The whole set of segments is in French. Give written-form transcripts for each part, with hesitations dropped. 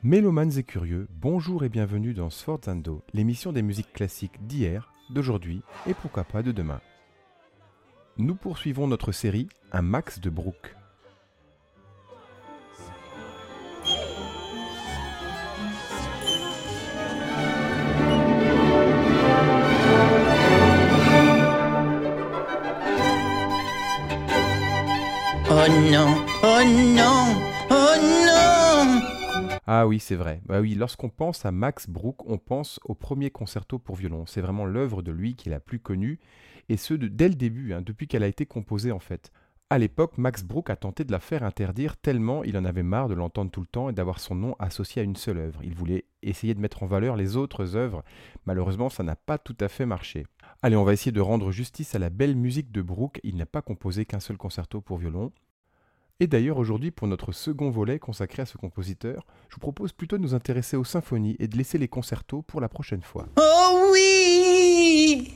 Mélomanes et curieux, bonjour et bienvenue dans Sforzando, l'émission des musiques classiques d'hier, d'aujourd'hui et pourquoi pas de demain. Nous poursuivons notre série Un Max de Bruch. Oh non, oh non, oh non! Ah oui, c'est vrai. Bah oui, lorsqu'on pense à Max Bruch, on pense au premier concerto pour violon. C'est vraiment l'œuvre de lui qui est la plus connue, et ce dès le début, depuis qu'elle a été composée en fait. À l'époque, Max Bruch a tenté de la faire interdire tellement il en avait marre de l'entendre tout le temps et d'avoir son nom associé à une seule œuvre. Il voulait essayer de mettre en valeur les autres œuvres. Malheureusement, ça n'a pas tout à fait marché. Allez, on va essayer de rendre justice à la belle musique de Bruch. Il n'a pas composé qu'un seul concerto pour violon. Et d'ailleurs, aujourd'hui, pour notre second volet consacré à ce compositeur, je vous propose plutôt de nous intéresser aux symphonies et de laisser les concertos pour la prochaine fois. Oh oui!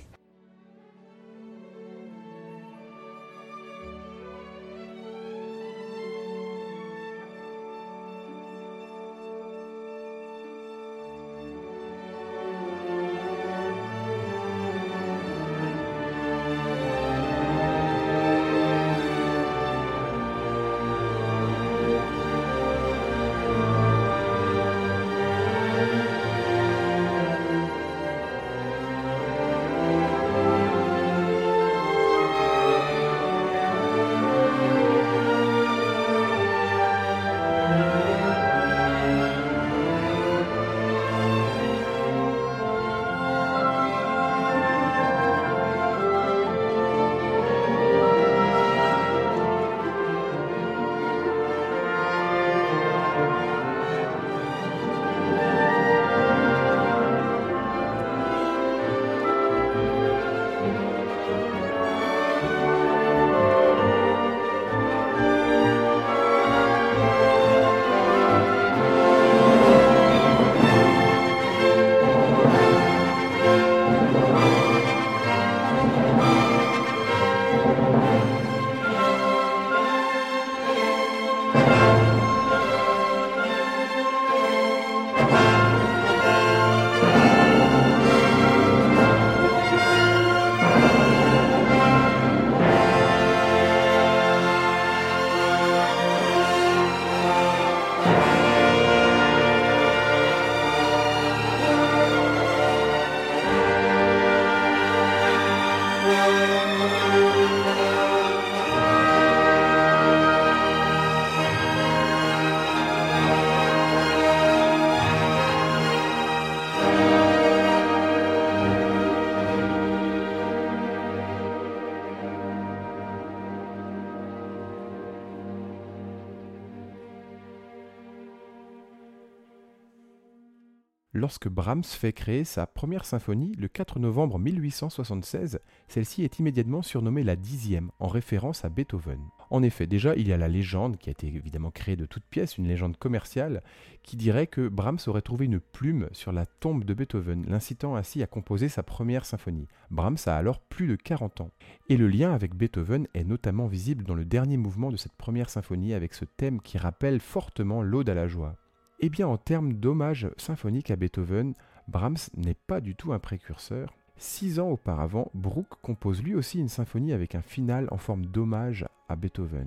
Lorsque Brahms fait créer sa première symphonie le 4 novembre 1876, celle-ci est immédiatement surnommée la 10e, en référence à Beethoven. En effet, déjà, il y a la légende, qui a été évidemment créée de toutes pièces, une légende commerciale, qui dirait que Brahms aurait trouvé une plume sur la tombe de Beethoven, l'incitant ainsi à composer sa première symphonie. Brahms a alors plus de 40 ans. Et le lien avec Beethoven est notamment visible dans le dernier mouvement de cette première symphonie, avec ce thème qui rappelle fortement l'Ode à la joie. Eh bien, en termes d'hommage symphonique à Beethoven, Brahms n'est pas du tout un précurseur. 6 ans auparavant, Bruch compose lui aussi une symphonie avec un final en forme d'hommage à Beethoven.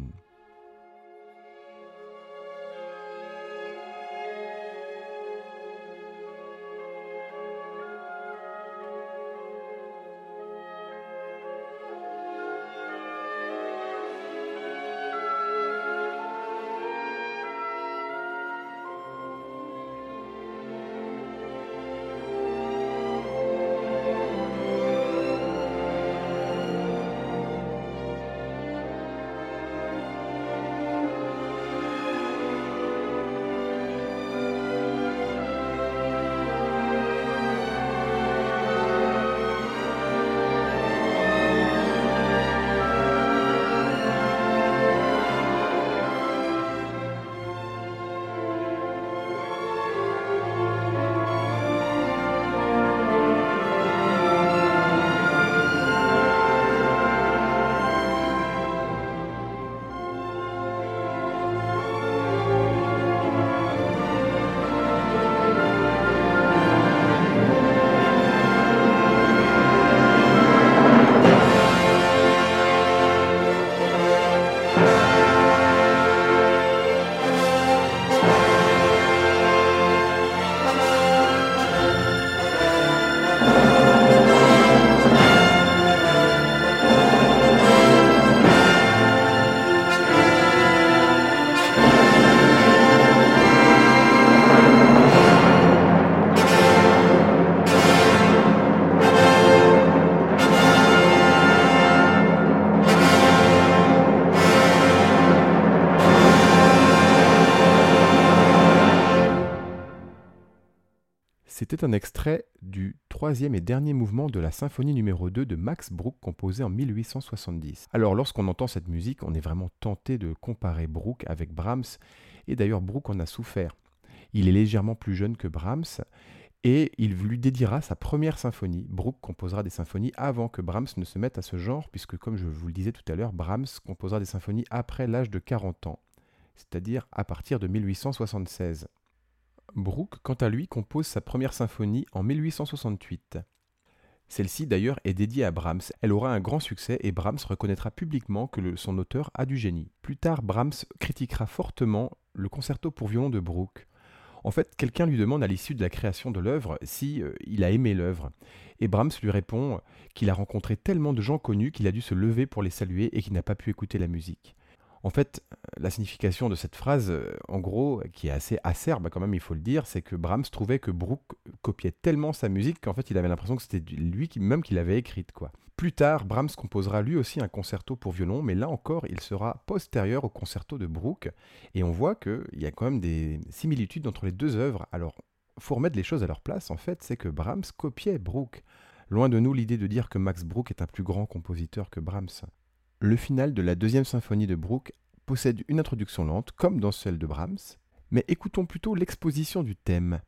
C'était un extrait du troisième et dernier mouvement de la symphonie numéro 2 de Max Bruch composée en 1870. Alors lorsqu'on entend cette musique, on est vraiment tenté de comparer Bruch avec Brahms, et d'ailleurs Bruch en a souffert. Il est légèrement plus jeune que Brahms, et il lui dédiera sa première symphonie. Bruch composera des symphonies avant que Brahms ne se mette à ce genre, puisque comme je vous le disais tout à l'heure, Brahms composera des symphonies après l'âge de 40 ans, c'est-à-dire à partir de 1876. Bruch, quant à lui, compose sa première symphonie en 1868. Celle-ci, d'ailleurs, est dédiée à Brahms. Elle aura un grand succès et Brahms reconnaîtra publiquement que son auteur a du génie. Plus tard, Brahms critiquera fortement le concerto pour violon de Bruch. En fait, quelqu'un lui demande à l'issue de la création de l'œuvre si il a aimé l'œuvre. Et Brahms lui répond qu'il a rencontré tellement de gens connus qu'il a dû se lever pour les saluer et qu'il n'a pas pu écouter la musique. En fait, la signification de cette phrase, en gros, qui est assez acerbe quand même, il faut le dire, c'est que Brahms trouvait que Bruch copiait tellement sa musique qu'en fait il avait l'impression que c'était lui même qui l'avait écrite, quoi. Plus tard, Brahms composera lui aussi un concerto pour violon, mais là encore, il sera postérieur au concerto de Bruch, et on voit qu'il y a quand même des similitudes entre les deux œuvres. Alors, faut remettre les choses à leur place, en fait, c'est que Brahms copiait Bruch. Loin de nous l'idée de dire que Max Bruch est un plus grand compositeur que Brahms. Le final de la deuxième symphonie de Bruch possède une introduction lente, comme dans celle de Brahms, mais écoutons plutôt l'exposition du thème.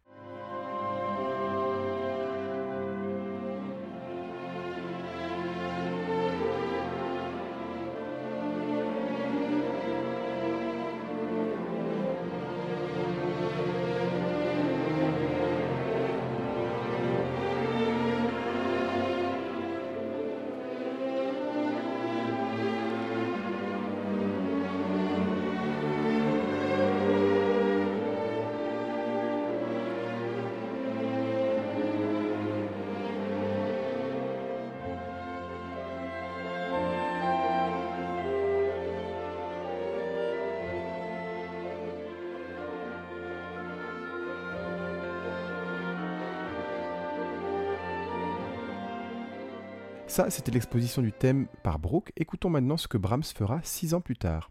Ça, c'était l'exposition du thème par Bruch. Écoutons maintenant ce que Brahms fera 6 ans plus tard.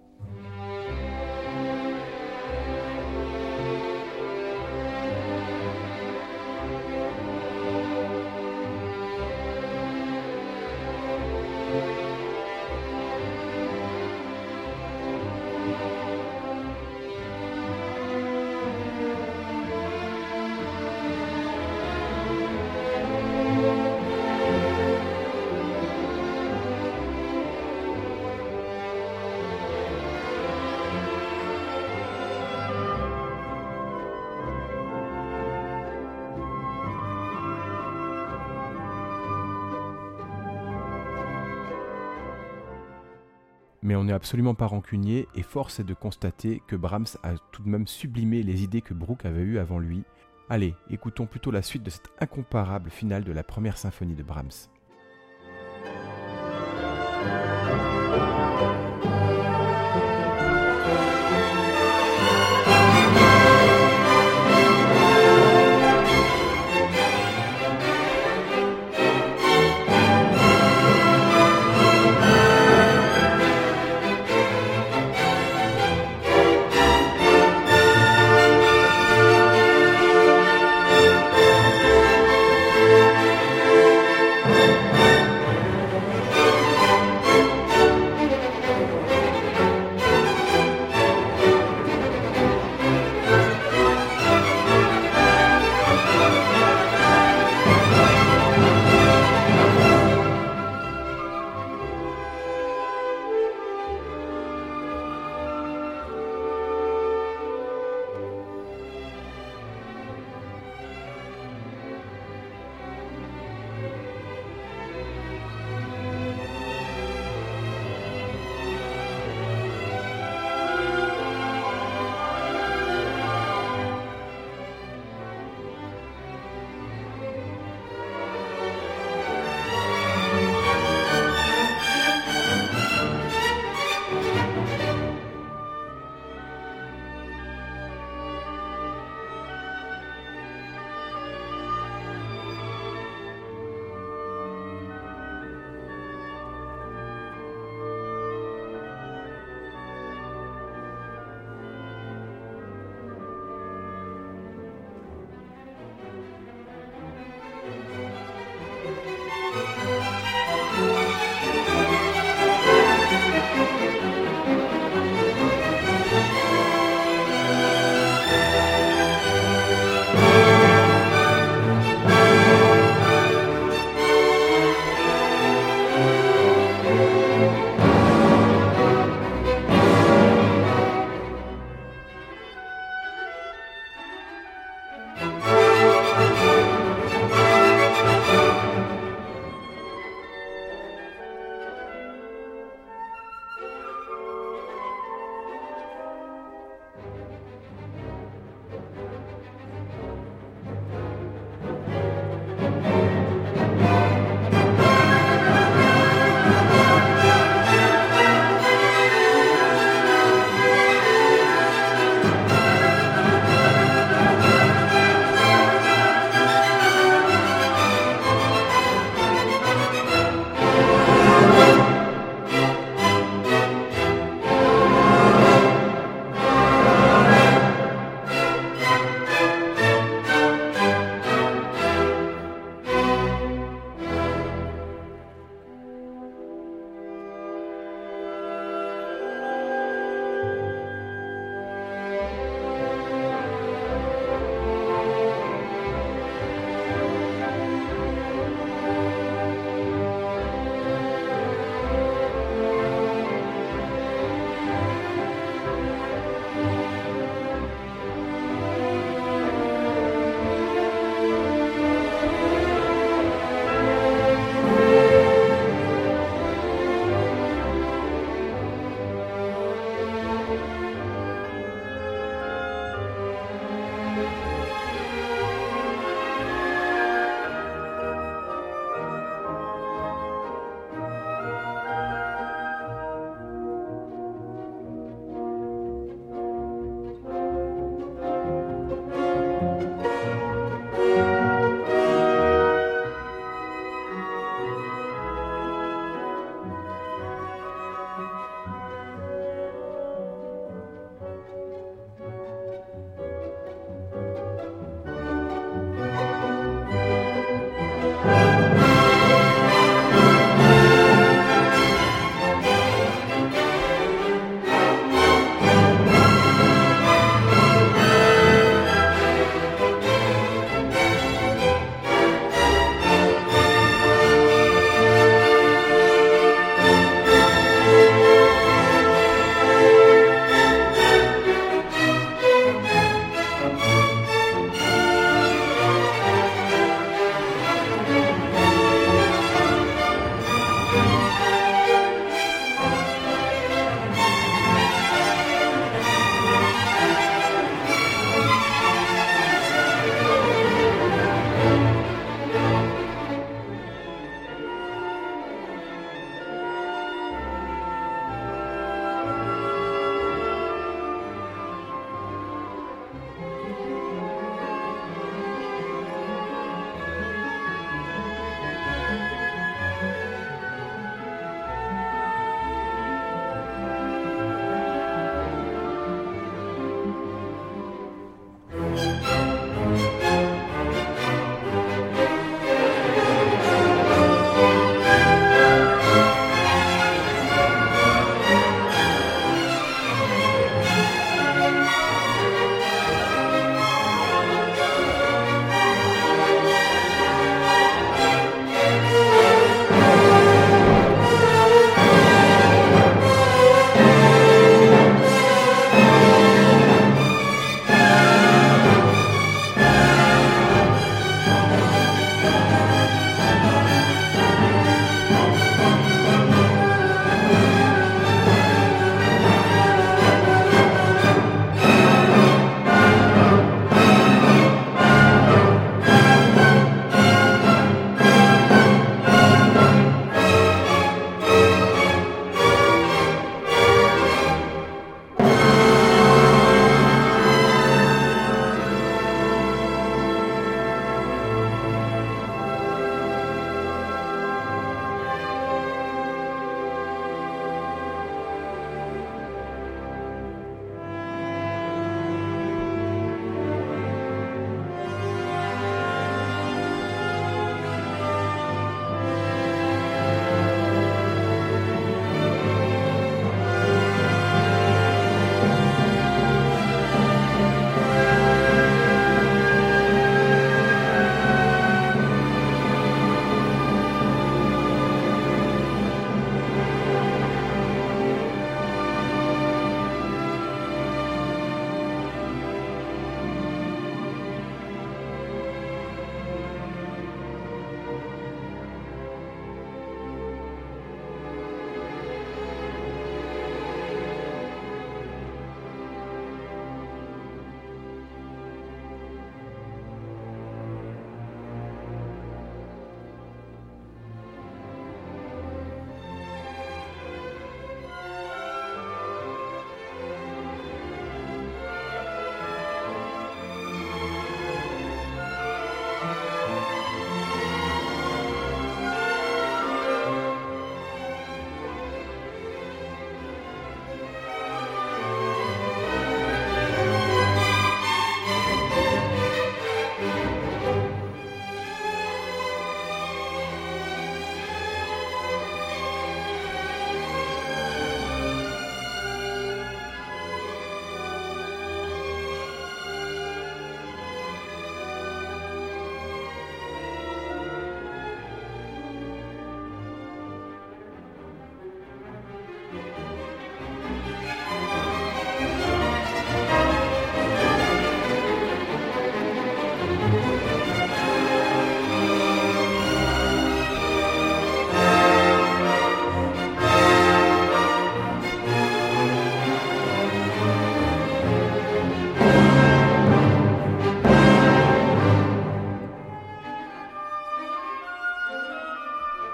Mais on n'est absolument pas rancunier et force est de constater que Brahms a tout de même sublimé les idées que Bruch avait eues avant lui. Allez, écoutons plutôt la suite de cette incomparable finale de la première symphonie de Brahms.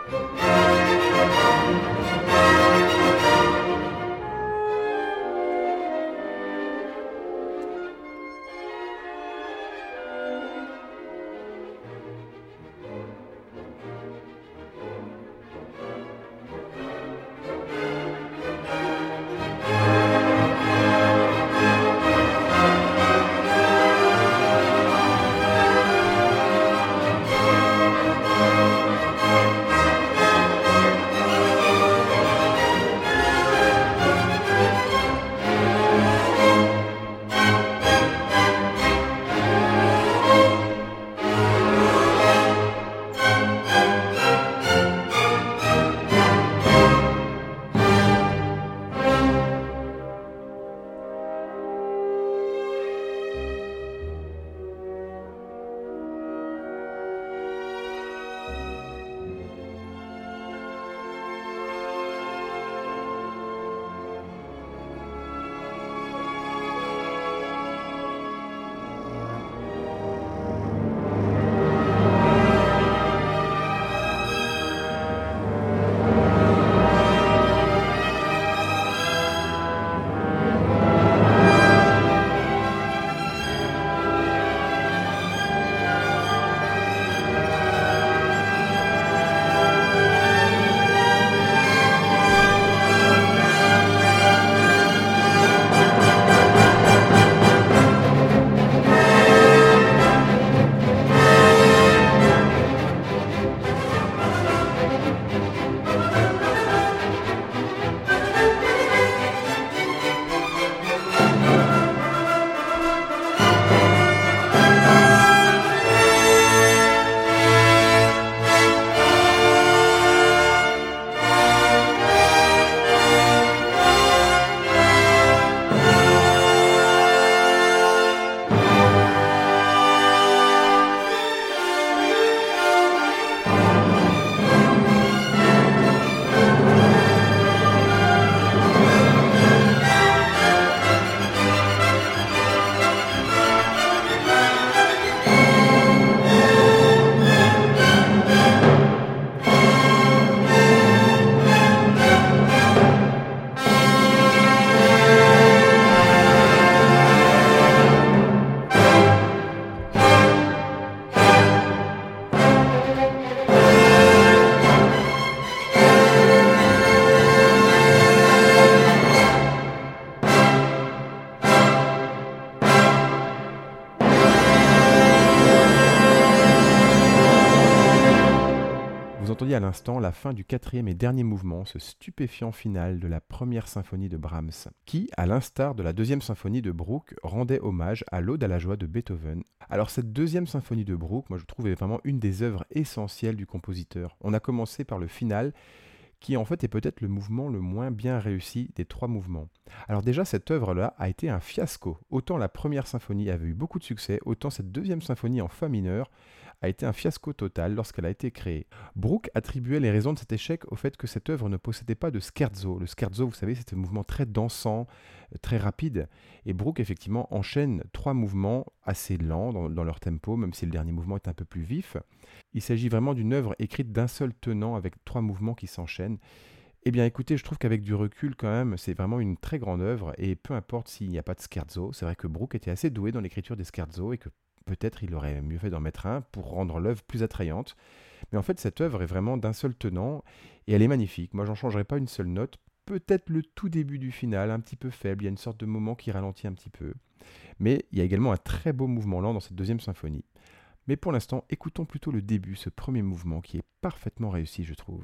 Vous entendiez à l'instant la fin du quatrième et dernier mouvement, ce stupéfiant final de la première symphonie de Brahms, qui, à l'instar de la deuxième symphonie de Bruch, rendait hommage à l'Aude à la joie de Beethoven. Alors cette deuxième symphonie de Bruch, moi je trouve est vraiment une des œuvres essentielles du compositeur. On a commencé par le final, qui en fait est peut-être le mouvement le moins bien réussi des trois mouvements. Alors déjà, cette œuvre-là a été un fiasco. Autant la première symphonie avait eu beaucoup de succès, autant cette deuxième symphonie en fa mineur a été un fiasco total lorsqu'elle a été créée. Bruch attribuait les raisons de cet échec au fait que cette œuvre ne possédait pas de scherzo. Le scherzo, vous savez, c'est un mouvement très dansant, très rapide. Et Bruch, effectivement, enchaîne trois mouvements assez lents dans leur tempo, même si le dernier mouvement est un peu plus vif. Il s'agit vraiment d'une œuvre écrite d'un seul tenant avec trois mouvements qui s'enchaînent. Eh bien écoutez, je trouve qu'avec du recul quand même, c'est vraiment une très grande œuvre et peu importe s'il n'y a pas de scherzo, c'est vrai que Bruch était assez doué dans l'écriture des scherzos et que peut-être il aurait mieux fait d'en mettre un pour rendre l'œuvre plus attrayante. Mais en fait, cette œuvre est vraiment d'un seul tenant et elle est magnifique. Moi, j'en changerai pas une seule note. Peut-être le tout début du final, un petit peu faible, il y a une sorte de moment qui ralentit un petit peu. Mais il y a également un très beau mouvement lent dans cette deuxième symphonie. Mais pour l'instant, écoutons plutôt le début, ce premier mouvement qui est parfaitement réussi, je trouve.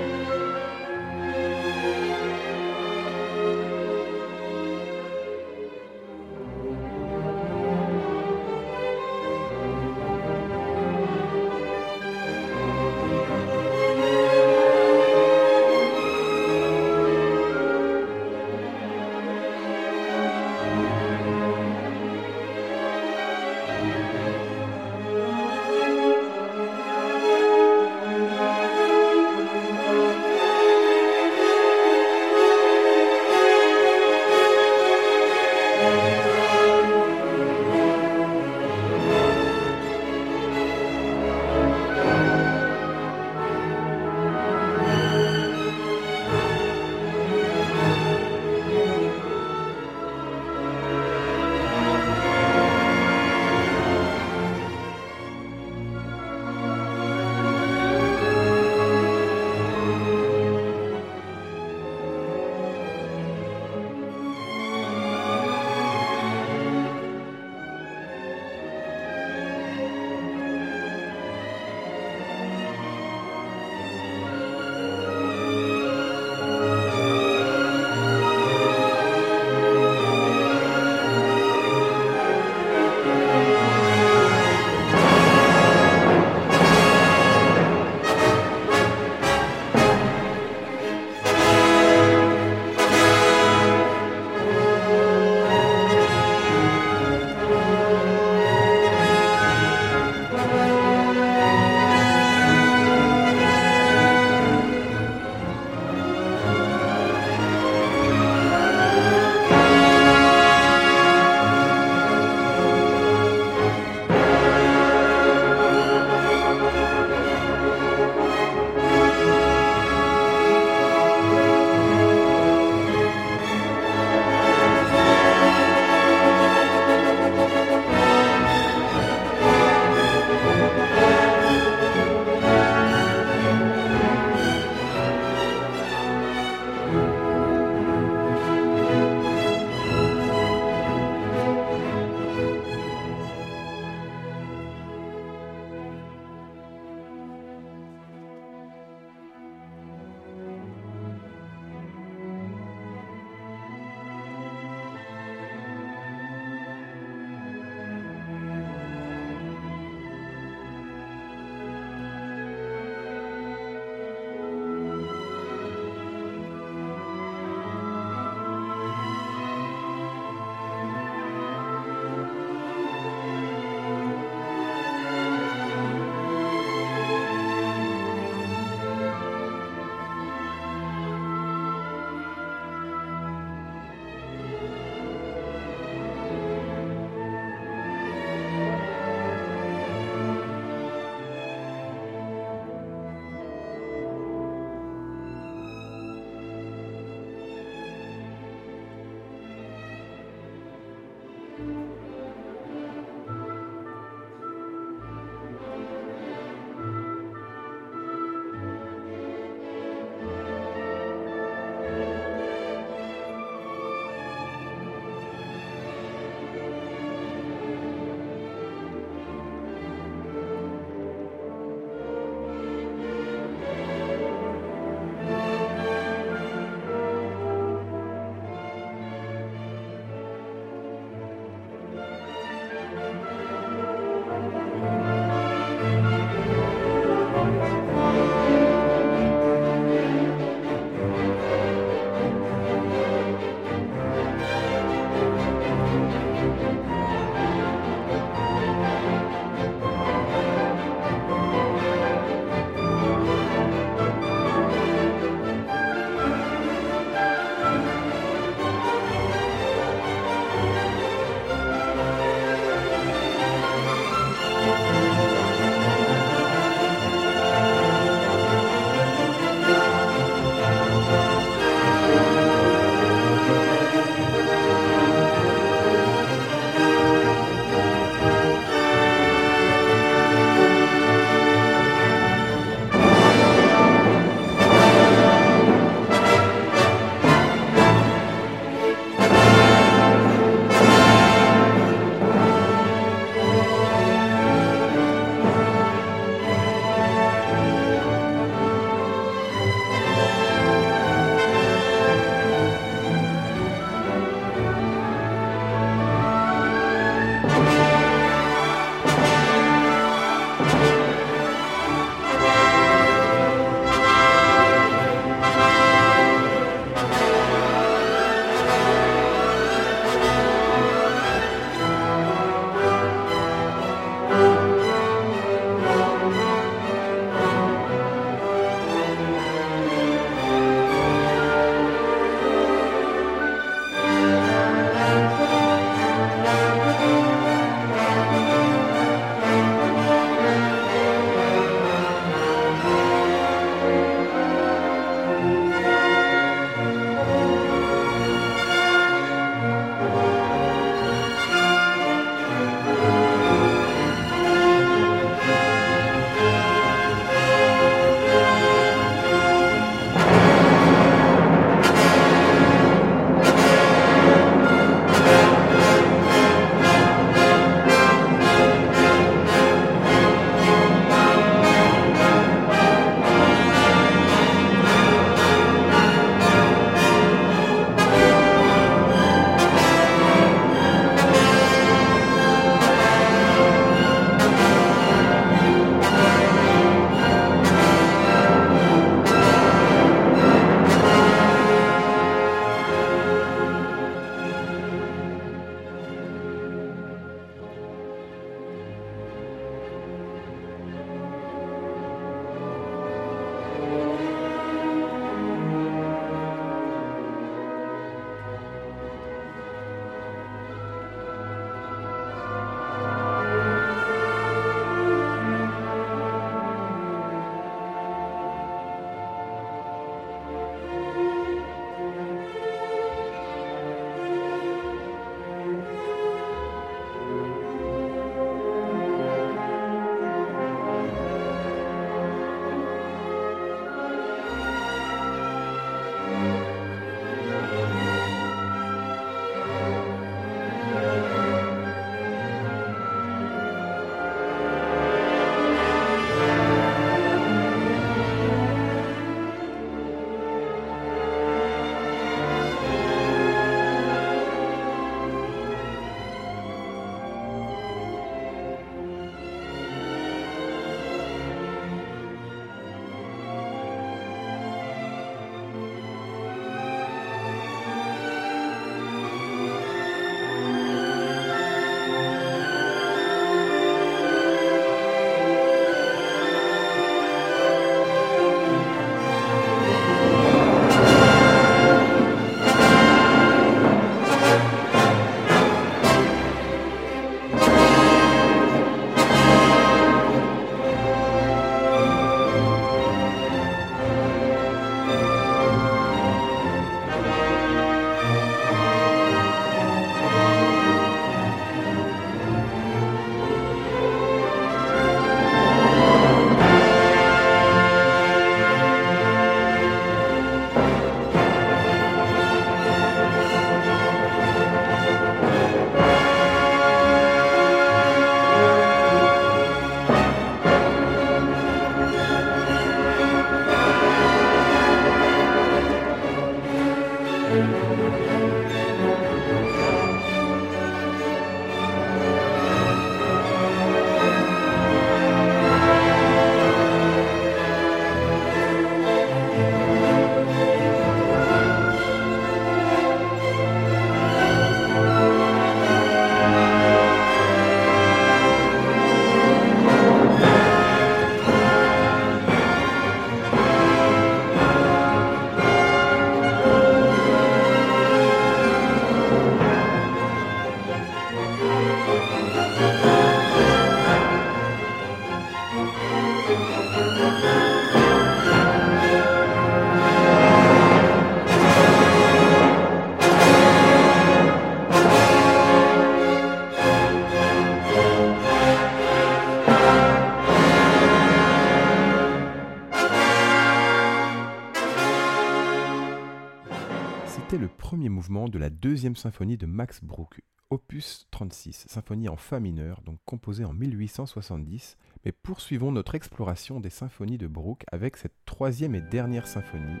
C'était le premier mouvement de la deuxième symphonie de Max Bruch, opus 36, symphonie en fa mineur, donc composée en 1870. Mais poursuivons notre exploration des symphonies de Bruch avec cette troisième et dernière symphonie.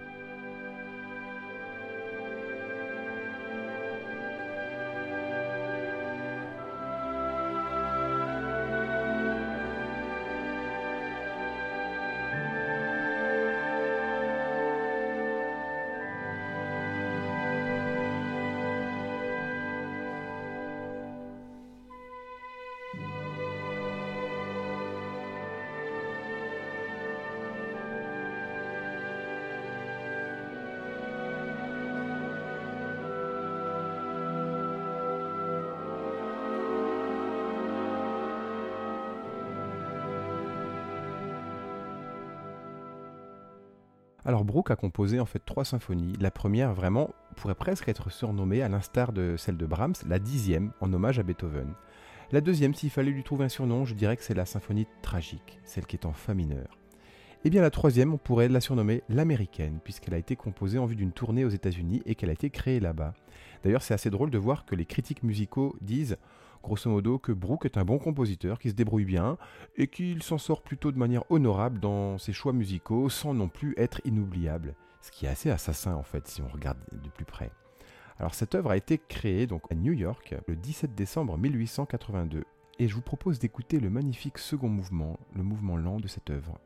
Alors Bruch a composé en fait 3 symphonies. La première vraiment pourrait presque être surnommée, à l'instar de celle de Brahms, la 10e, en hommage à Beethoven. La deuxième, s'il fallait lui trouver un surnom, je dirais que c'est la symphonie tragique, celle qui est en fa mineur. Et bien la troisième, on pourrait la surnommer l'américaine, puisqu'elle a été composée en vue d'une tournée aux États-Unis et qu'elle a été créée là-bas. D'ailleurs, c'est assez drôle de voir que les critiques musicaux disent, grosso modo, que Bruch est un bon compositeur qui se débrouille bien et qu'il s'en sort plutôt de manière honorable dans ses choix musicaux sans non plus être inoubliable. Ce qui est assez assassin en fait si on regarde de plus près. Alors cette œuvre a été créée donc à New York le 17 décembre 1882 et je vous propose d'écouter le magnifique second mouvement, le mouvement lent de cette œuvre.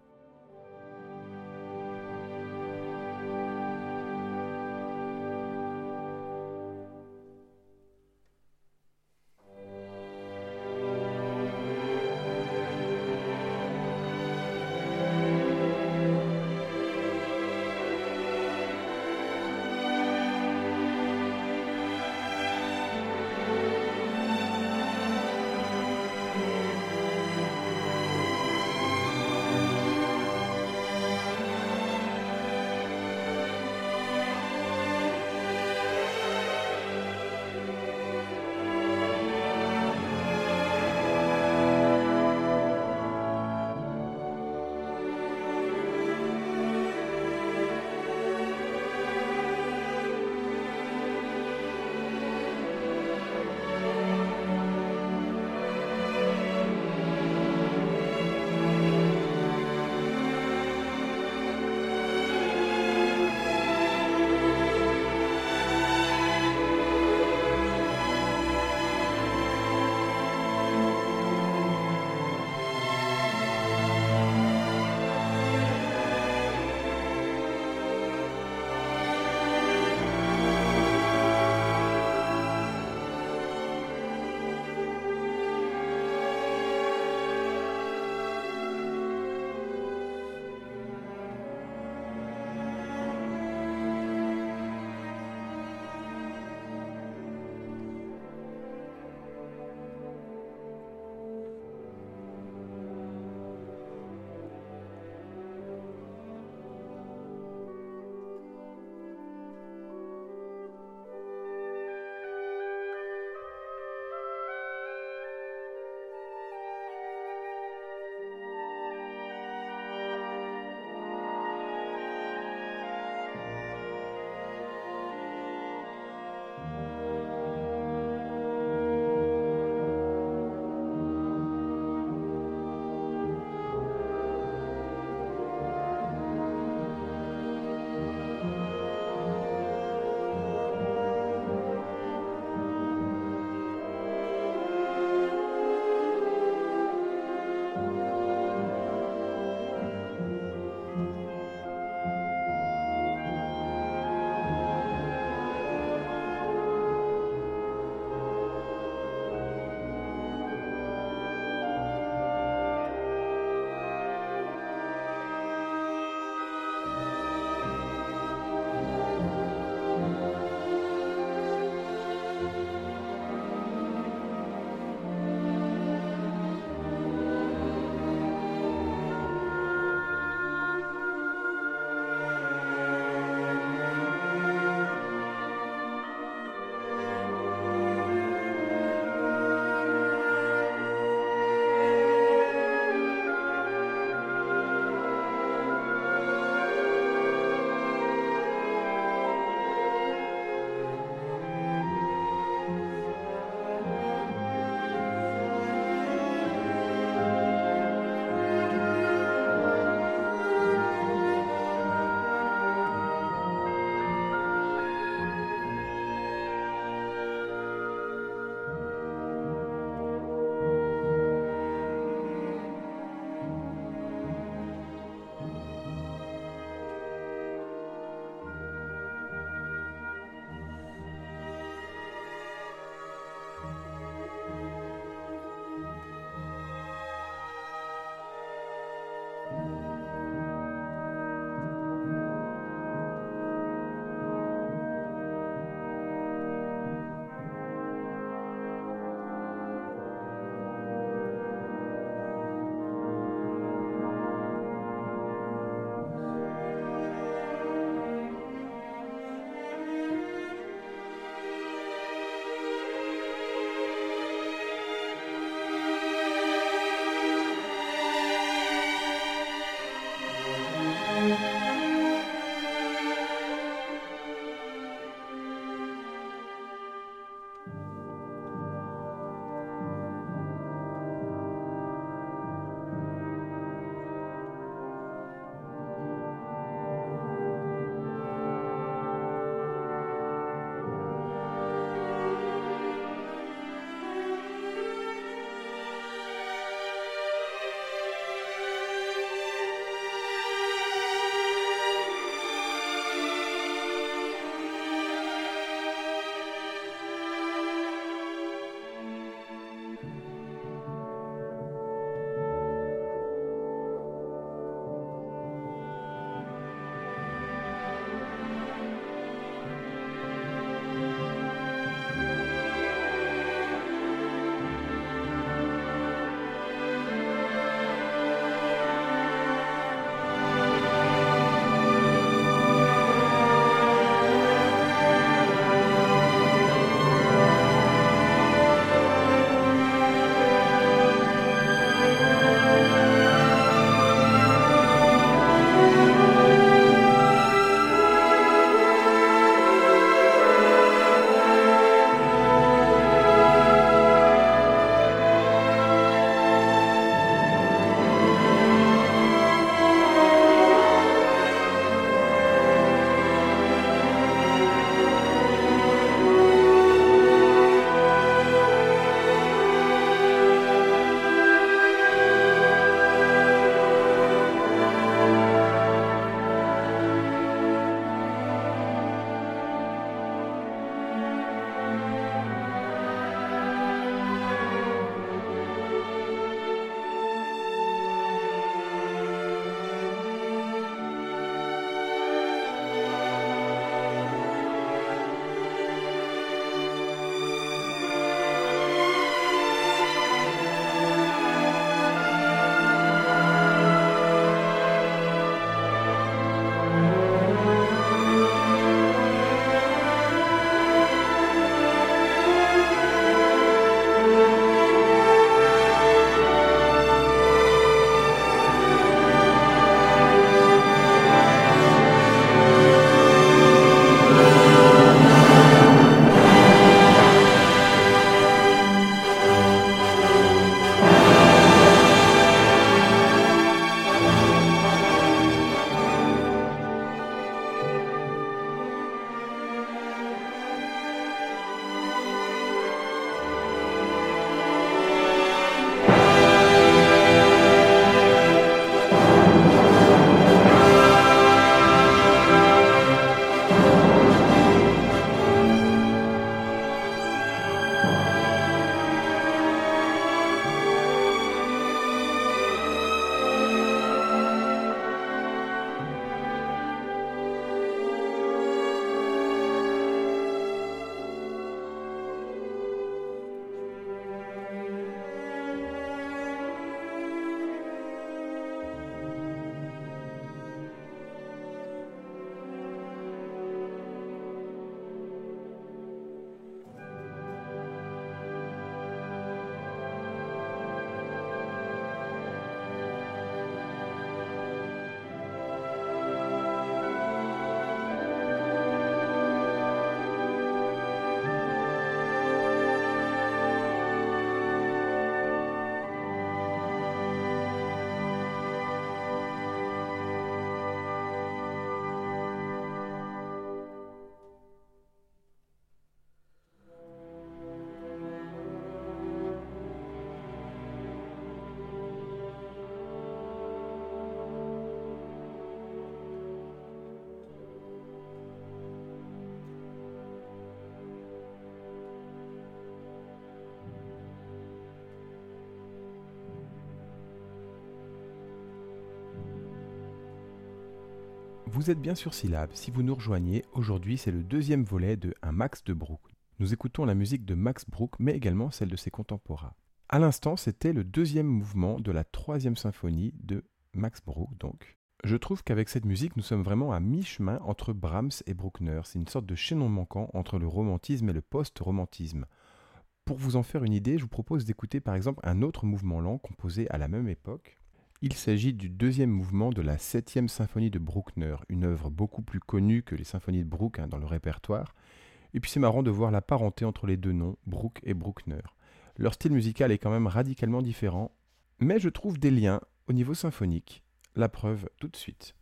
Vous êtes bien sur Syllab. Si vous nous rejoignez, aujourd'hui c'est le deuxième volet de Un Max de Bruch. Nous écoutons la musique de Max Bruch, mais également celle de ses contemporains. À l'instant, c'était le deuxième mouvement de la troisième symphonie de Max Bruch, donc. Je trouve qu'avec cette musique, nous sommes vraiment à mi-chemin entre Brahms et Bruckner. C'est une sorte de chaînon manquant entre le romantisme et le post-romantisme. Pour vous en faire une idée, je vous propose d'écouter par exemple un autre mouvement lent composé à la même époque. Il s'agit du deuxième mouvement de la septième symphonie de Bruckner, une œuvre beaucoup plus connue que les symphonies de Bruch dans le répertoire. Et puis c'est marrant de voir la parenté entre les deux noms, Bruch et Bruckner. Leur style musical est quand même radicalement différent, mais je trouve des liens au niveau symphonique. La preuve tout de suite.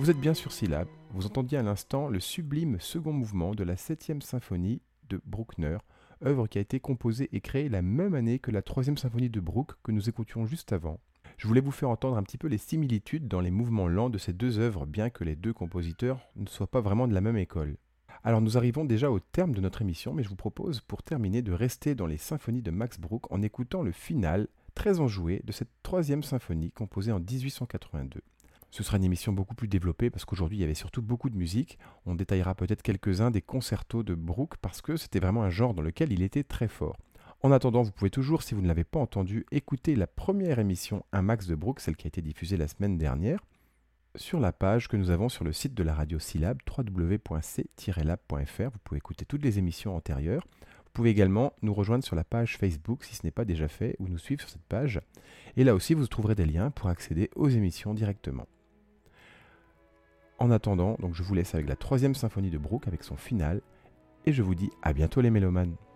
Vous êtes bien sur Syllab, vous entendiez à l'instant le sublime second mouvement de la 7e symphonie de Bruckner, œuvre qui a été composée et créée la même année que la 3e symphonie de Bruch que nous écoutions juste avant. Je voulais vous faire entendre un petit peu les similitudes dans les mouvements lents de ces deux œuvres, bien que les deux compositeurs ne soient pas vraiment de la même école. Alors nous arrivons déjà au terme de notre émission, mais je vous propose pour terminer de rester dans les symphonies de Max Bruch en écoutant le final, très enjoué, de cette 3e symphonie composée en 1882. Ce sera une émission beaucoup plus développée parce qu'aujourd'hui il y avait surtout beaucoup de musique. On détaillera peut-être quelques-uns des concertos de Bruch parce que c'était vraiment un genre dans lequel il était très fort. En attendant, vous pouvez toujours, si vous ne l'avez pas entendu, écouter la première émission Un Max de Bruch, celle qui a été diffusée la semaine dernière, sur la page que nous avons sur le site de la radio Syllab, www.c-lab.fr. Vous pouvez écouter toutes les émissions antérieures. Vous pouvez également nous rejoindre sur la page Facebook si ce n'est pas déjà fait ou nous suivre sur cette page. Et là aussi, vous trouverez des liens pour accéder aux émissions directement. En attendant, donc je vous laisse avec la 3e symphonie de Bruch avec son final et je vous dis à bientôt les mélomanes.